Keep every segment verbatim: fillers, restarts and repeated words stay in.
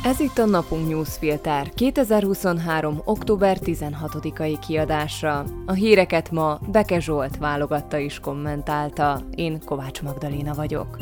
Ez itt a Napunk Newsfilter kétezer-huszonhárom. október tizenhatodikai kiadása. A híreket ma Beke Zsolt válogatta és kommentálta. Én Kovács Magdaléna vagyok.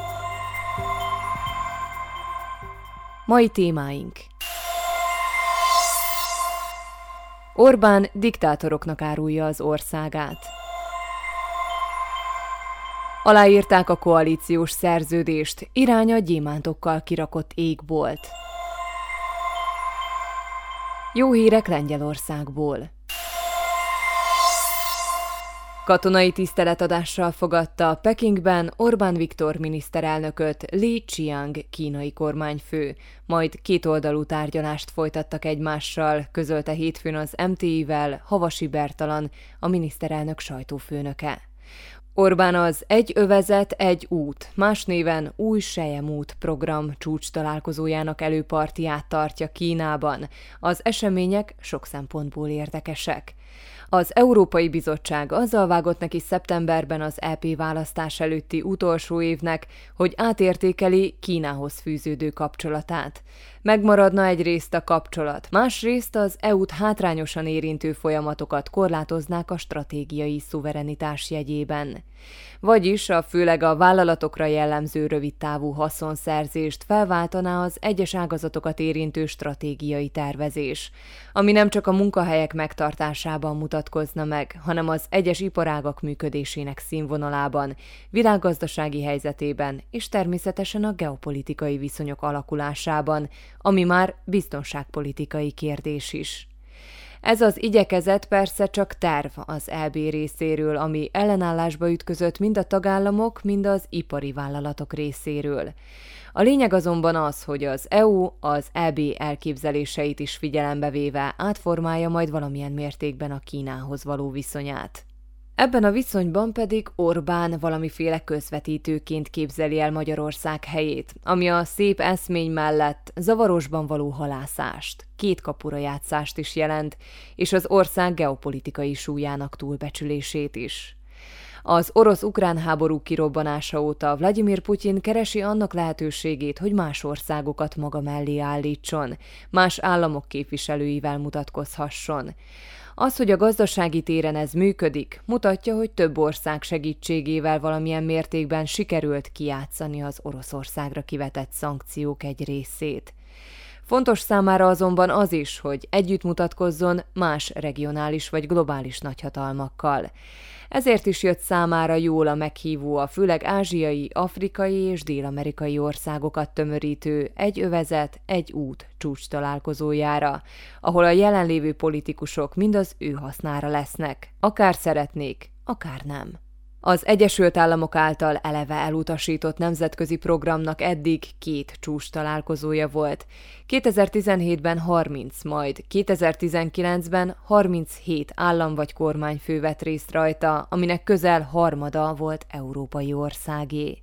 Mai témáink: Orbán diktátoroknak árulja az országát. Aláírták a koalíciós szerződést, irány a gyémántokkal kirakott égbolt. Jó hírek Lengyelországból. Katonai tiszteletadással fogadta Pekingben Orbán Viktor miniszterelnököt Li Qiang kínai kormányfő, majd kétoldalú tárgyalást folytattak egymással, közölte hétfőn az em té i-vel Havasi Bertalan, a miniszterelnök sajtófőnöke. Orbán az Egy övezet, egy út, más néven Új Selyemút program csúcs találkozójának előpartiját tartja Kínában. Az események sok szempontból érdekesek. Az Európai Bizottság azzal vágott neki szeptemberben az é pé választás előtti utolsó évnek, hogy átértékeli Kínához fűződő kapcsolatát. Megmaradna egyrészt a kapcsolat, másrészt az é u-t hátrányosan érintő folyamatokat korlátoznák a stratégiai szuverenitás jegyében. Vagyis a főleg a vállalatokra jellemző rövidtávú haszonszerzést felváltaná az egyes ágazatokat érintő stratégiai tervezés, ami nem csak a munkahelyek megtartásában mutatkozna meg, hanem az egyes iparágak működésének színvonalában, világgazdasági helyzetében és természetesen a geopolitikai viszonyok alakulásában, ami már biztonságpolitikai kérdés is. Ez az igyekezet persze csak terv az é bé részéről, ami ellenállásba ütközött mind a tagállamok, mind az ipari vállalatok részéről. A lényeg azonban az, hogy az é u az é bé elképzeléseit is figyelembe véve átformálja majd valamilyen mértékben a Kínához való viszonyát. Ebben a viszonyban pedig Orbán valamiféle közvetítőként képzeli el Magyarország helyét, ami a szép eszmény mellett zavarosban való halászást, két kapura játszást is jelent, és az ország geopolitikai súlyának túlbecsülését is. Az orosz-ukrán háború kirobbanása óta Vladimir Putyin keresi annak lehetőségét, hogy más országokat maga mellé állítson, más államok képviselőivel mutatkozhasson. Az, hogy a gazdasági téren ez működik, mutatja, hogy több ország segítségével valamilyen mértékben sikerült kijátszani az Oroszországra kivetett szankciók egy részét. Fontos számára azonban az is, hogy együtt mutatkozzon más regionális vagy globális nagyhatalmakkal. Ezért is jött számára jól a meghívó a főleg ázsiai, afrikai és dél-amerikai országokat tömörítő Egy övezet, egy út csúcs találkozójára, ahol a jelenlévő politikusok mind az ő hasznára lesznek, akár szeretnék, akár nem. Az Egyesült Államok által eleve elutasított nemzetközi programnak eddig két csúcs találkozója volt. kétezer-tizenhétben harminc, majd kétezer-tizenkilencben harminchét állam vagy kormányfő vett részt rajta, aminek közel harmada volt európai országé.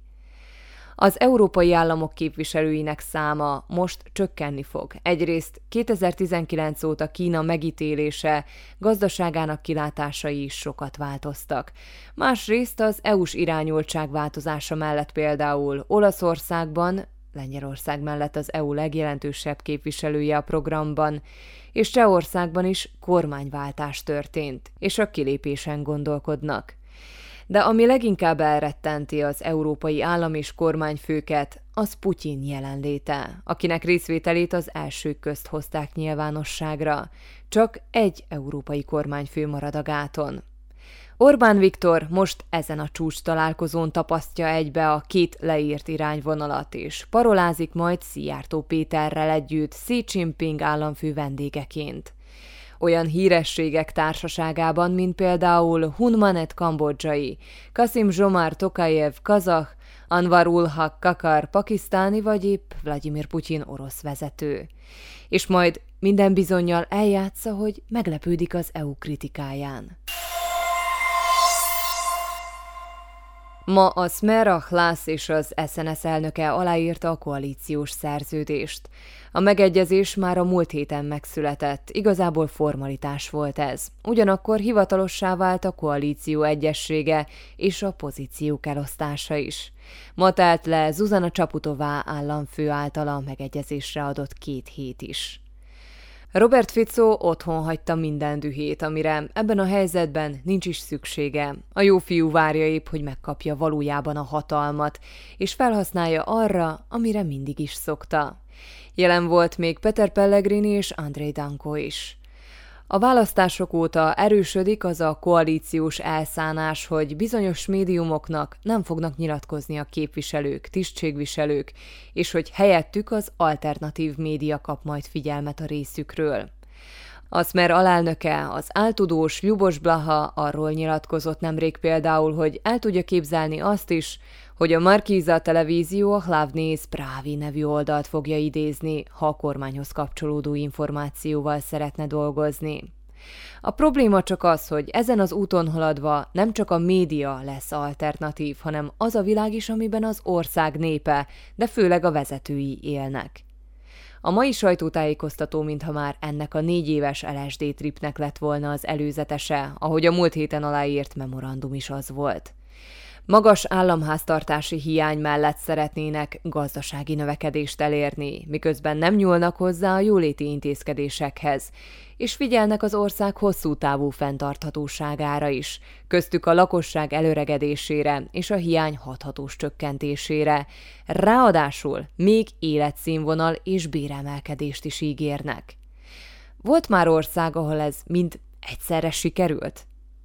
Az európai államok képviselőinek száma most csökkenni fog. Egyrészt kétezer-tizenkilenc óta Kína megítélése, gazdaságának kilátásai is sokat változtak. Másrészt az é u-s irányultság változása mellett például Olaszországban, Lengyelország mellett az é u legjelentősebb képviselője a programban, és Csehországban is kormányváltás történt, és a kilépésen gondolkodnak. De ami leginkább elrettenti az európai állam és kormányfőket, az Putyin jelenléte, akinek részvételét az elsők közt hozták nyilvánosságra. Csak egy európai kormányfő marad a gáton. Orbán Viktor most ezen a csúcs találkozón tapasztja egybe a két leírt irányvonalat, és parolázik majd Szijjártó Péterrel együtt Xi Jinping államfő vendégeként. Olyan hírességek társaságában, mint például Hun Manet kambodzsai, Kasim-Zsomart Tokajev kazah, Anwar-ul-Haq Kakar pakisztáni vagy épp Vladimir Putyin orosz vezető. És majd minden bizonnyal eljátsza, hogy meglepődik az é u kritikáján. Ma a Smer, a Hlas és az es en es elnöke aláírta a koalíciós szerződést. A megegyezés már a múlt héten megszületett, igazából formalitás volt ez. Ugyanakkor hivatalossá vált a koalíció egyessége és a pozíciók elosztása is. Ma telt le Zuzana Csaputová államfő által a megegyezésre adott két hét is. Robert Fico otthon hagyta minden dühét, amire ebben a helyzetben nincs is szüksége. A jó fiú várja épp, hogy megkapja valójában a hatalmat, és felhasználja arra, amire mindig is szokta. Jelen volt még Peter Pellegrini és Andrei Danko is. A választások óta erősödik az a koalíciós elszánás, hogy bizonyos médiumoknak nem fognak nyilatkozni a képviselők, tisztségviselők, és hogy helyettük az alternatív média kap majd figyelmet a részükről. A Smer alelnöke, az áltudós Ljubos Blaha arról nyilatkozott nemrég például, hogy el tudja képzelni azt is, hogy a Markíza televízió a Hlavné Správy nevű oldalt fogja idézni, ha a kormányhoz kapcsolódó információval szeretne dolgozni. A probléma csak az, hogy ezen az úton haladva nem csak a média lesz alternatív, hanem az a világ is, amiben az ország népe, de főleg a vezetői élnek. A mai sajtótájékoztató, mintha már ennek a négy éves el es dé tripnek lett volna az előzetese, ahogy a múlt héten aláírt memorandum is az volt. Magas államháztartási hiány mellett szeretnének gazdasági növekedést elérni, miközben nem nyúlnak hozzá a jóléti intézkedésekhez, és figyelnek az ország hosszú távú fenntarthatóságára is, köztük a lakosság előregedésére és a hiány hathatós csökkentésére. Ráadásul még életszínvonal és béremelkedést is ígérnek. Volt már ország, ahol ez mind egyszerre sikerült?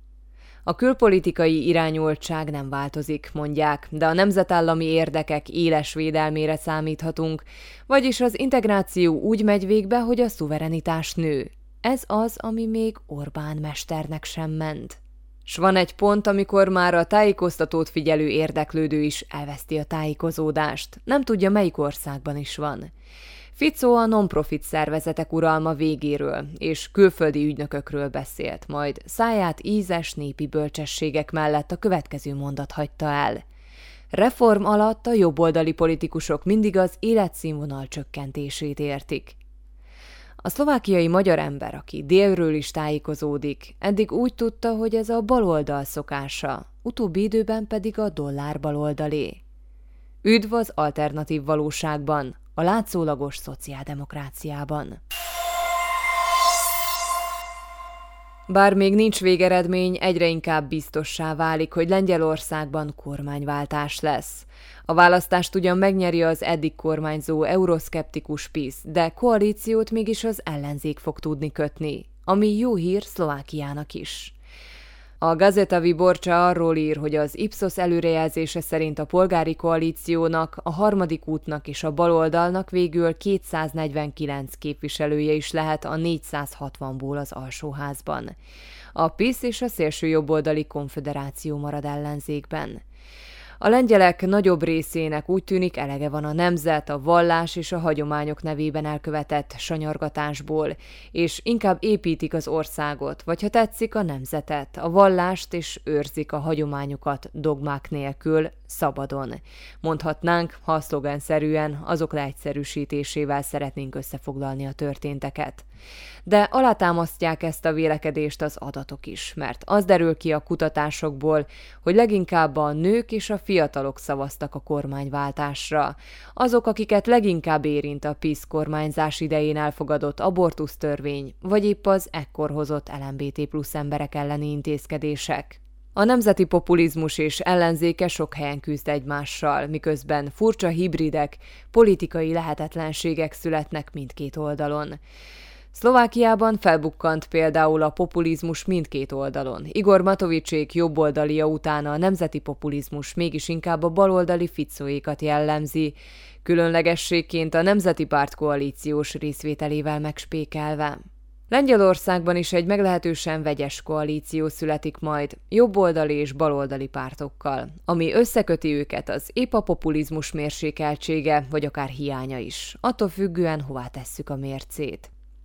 A külpolitikai irányultság nem változik, mondják, de a nemzetállami érdekek éles védelmére számíthatunk, vagyis az integráció úgy megy végbe, hogy a szuverenitás nő. Ez az, ami még Orbán mesternek sem ment. S van egy pont, amikor már a tájékoztatót figyelő érdeklődő is elveszti a tájékozódást, nem tudja, melyik országban is van. Fico a non-profit szervezetek uralma végéről és külföldi ügynökökről beszélt, majd száját ízes népi bölcsességek mellett a következő mondat hagyta el. Reform alatt a jobboldali politikusok mindig az életszínvonal csökkentését értik. A szlovákiai magyar ember, aki délről is tájékozódik, eddig úgy tudta, hogy ez a baloldal szokása, utóbbi időben pedig a dollár baloldalé. Üdv az alternatív valóságban, a látszólagos szociáldemokráciában. Bár még nincs végeredmény, egyre inkább biztossá válik, hogy Lengyelországban kormányváltás lesz. A választást ugyan megnyeri az eddig kormányzó euroszkeptikus PiS, de koalíciót mégis az ellenzék fog tudni kötni, ami jó hír Szlovákiának is. A Gazeta Wyborcza arról ír, hogy az Ipsos előrejelzése szerint a polgári koalíciónak, a harmadik útnak és a baloldalnak végül kétszáznegyvenkilenc képviselője is lehet a négyszázhatvanból az alsóházban. A PiS és a szélsőjobboldali konföderáció marad ellenzékben. A lengyelek nagyobb részének úgy tűnik elege van a nemzet, a vallás és a hagyományok nevében elkövetett sanyargatásból, és inkább építik az országot, vagy ha tetszik a nemzetet, a vallást és őrzik a hagyományokat dogmák nélkül, szabadon. Mondhatnánk, ha szlogenszerűen azok leegyszerűsítésével szeretnénk összefoglalni a történteket. De alátámasztják ezt a vélekedést az adatok is, mert az derül ki a kutatásokból, hogy leginkább a nők és a fiatalok szavaztak a kormányváltásra. Azok, akiket leginkább érint a PiS kormányzás idején elfogadott abortusztörvény, vagy épp az ekkor hozott el em bé té plusz emberek elleni intézkedések. A nemzeti populizmus és ellenzéke sok helyen küzd egymással, miközben furcsa hibridek, politikai lehetetlenségek születnek mindkét oldalon. Szlovákiában felbukkant például a populizmus mindkét oldalon. Igor Matovicsék jobboldalia után a nemzeti populizmus mégis inkább a baloldali Ficóékat jellemzi, különlegességként a Nemzeti Párt koalíciós részvételével megspékelve. Lengyelországban is egy meglehetősen vegyes koalíció születik majd, jobboldali és baloldali pártokkal, ami összeköti őket az épp a populizmus mérsékeltsége, vagy akár hiánya is, attól függően hová tesszük a mércét.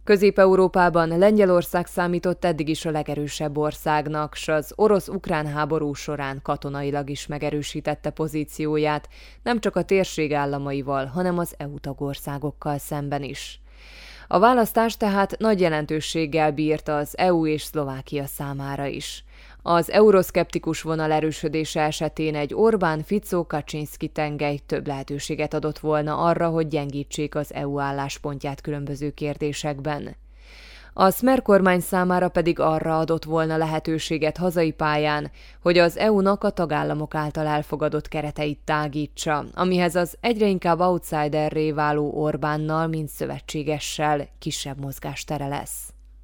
Közép-Európában Lengyelország számított eddig is a legerősebb országnak, s az orosz-ukrán háború során katonailag is megerősítette pozícióját, nem csak a térség államaival, hanem az é u tagországokkal szemben is. A választás tehát nagy jelentőséggel bírt az é u és Szlovákia számára is. Az euroszkeptikus vonal erősödése esetén egy Orbán-Fico-Kaczynszki tengely több lehetőséget adott volna arra, hogy gyengítsék az é u álláspontját különböző kérdésekben. A Smer kormány számára pedig arra adott volna lehetőséget hazai pályán, hogy az é u-nak a tagállamok által elfogadott kereteit tágítsa, amihez az egyre inkább outsiderré váló Orbánnal, mint szövetségessel kisebb mozgástere lesz.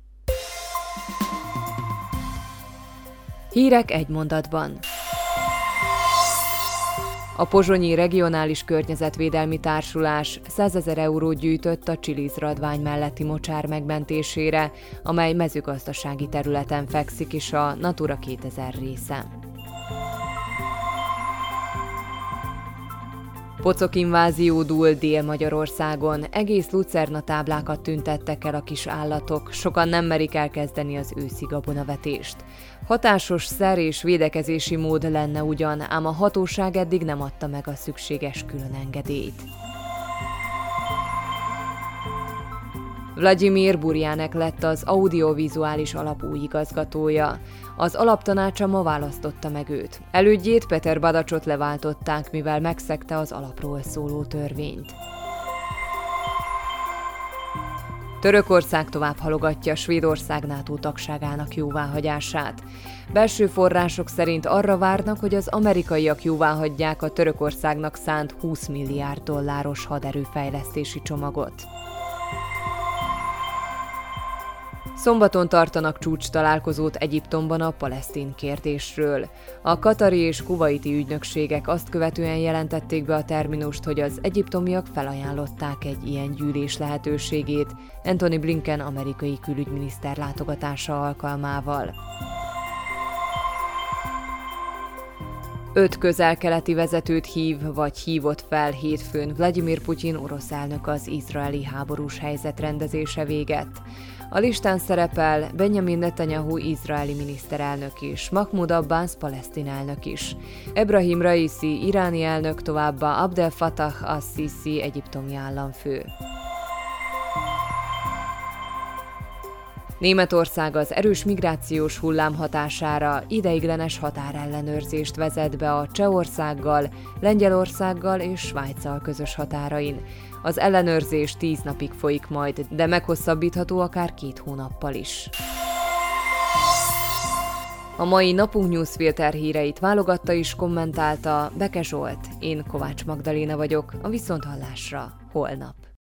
Hírek egy mondatban. A Pozsonyi Regionális Környezetvédelmi Társulás százezer eurót gyűjtött a Csiliz-radvány melletti mocsár megmentésére, amely mezőgazdasági területen fekszik is a Natura kétezer része. Pocokinvázió dúl Dél-Magyarországon, egész Lucerna táblákat tüntettek el a kis állatok, sokan nem merik elkezdeni az őszi gabonavetést. Hatásos szer és védekezési mód lenne ugyan, ám a hatóság eddig nem adta meg a szükséges különengedélyt. Vladimir Burjánek lett az audiovizuális alap új igazgatója. Az alaptanácsa ma választotta meg őt. Elődjét, Peter Badacsot leváltották, mivel megszegte az alapról szóló törvényt. Törökország tovább halogatja Svédország NATO tagságának jóváhagyását. Belső források szerint arra várnak, hogy az amerikaiak jóváhagyják a Törökországnak szánt húsz milliárd dolláros haderőfejlesztési csomagot. Szombaton tartanak csúcstalálkozót Egyiptomban a palesztin kérdésről. A katari és kuvaiti ügynökségek azt követően jelentették be a terminust, hogy az egyiptomiak felajánlották egy ilyen gyűlés lehetőségét Antony Blinken amerikai külügyminiszter látogatása alkalmával. Öt közel-keleti vezetőt hív vagy hívott fel hétfőn Vladimir Putyin orosz elnök az izraeli háborús helyzet rendezése végett. A listán szerepel Benjamin Netanyahu izraeli miniszterelnök is, Mahmoud Abbas palesztin elnök is, Ebrahim Raisi iráni elnök, továbbá Abdel Fattah as-Sisi egyiptomi államfő. Németország az erős migrációs hullám hatására ideiglenes határellenőrzést vezet be a Csehországgal, Lengyelországgal és Svájccal közös határain. Az ellenőrzés tíz napig folyik majd, de meghosszabbítható akár két hónappal is. A mai Napunk Newsfilter híreit válogatta és kommentálta Beke Zsolt. Én Kovács Magdaléna vagyok, a viszonthallásra holnap.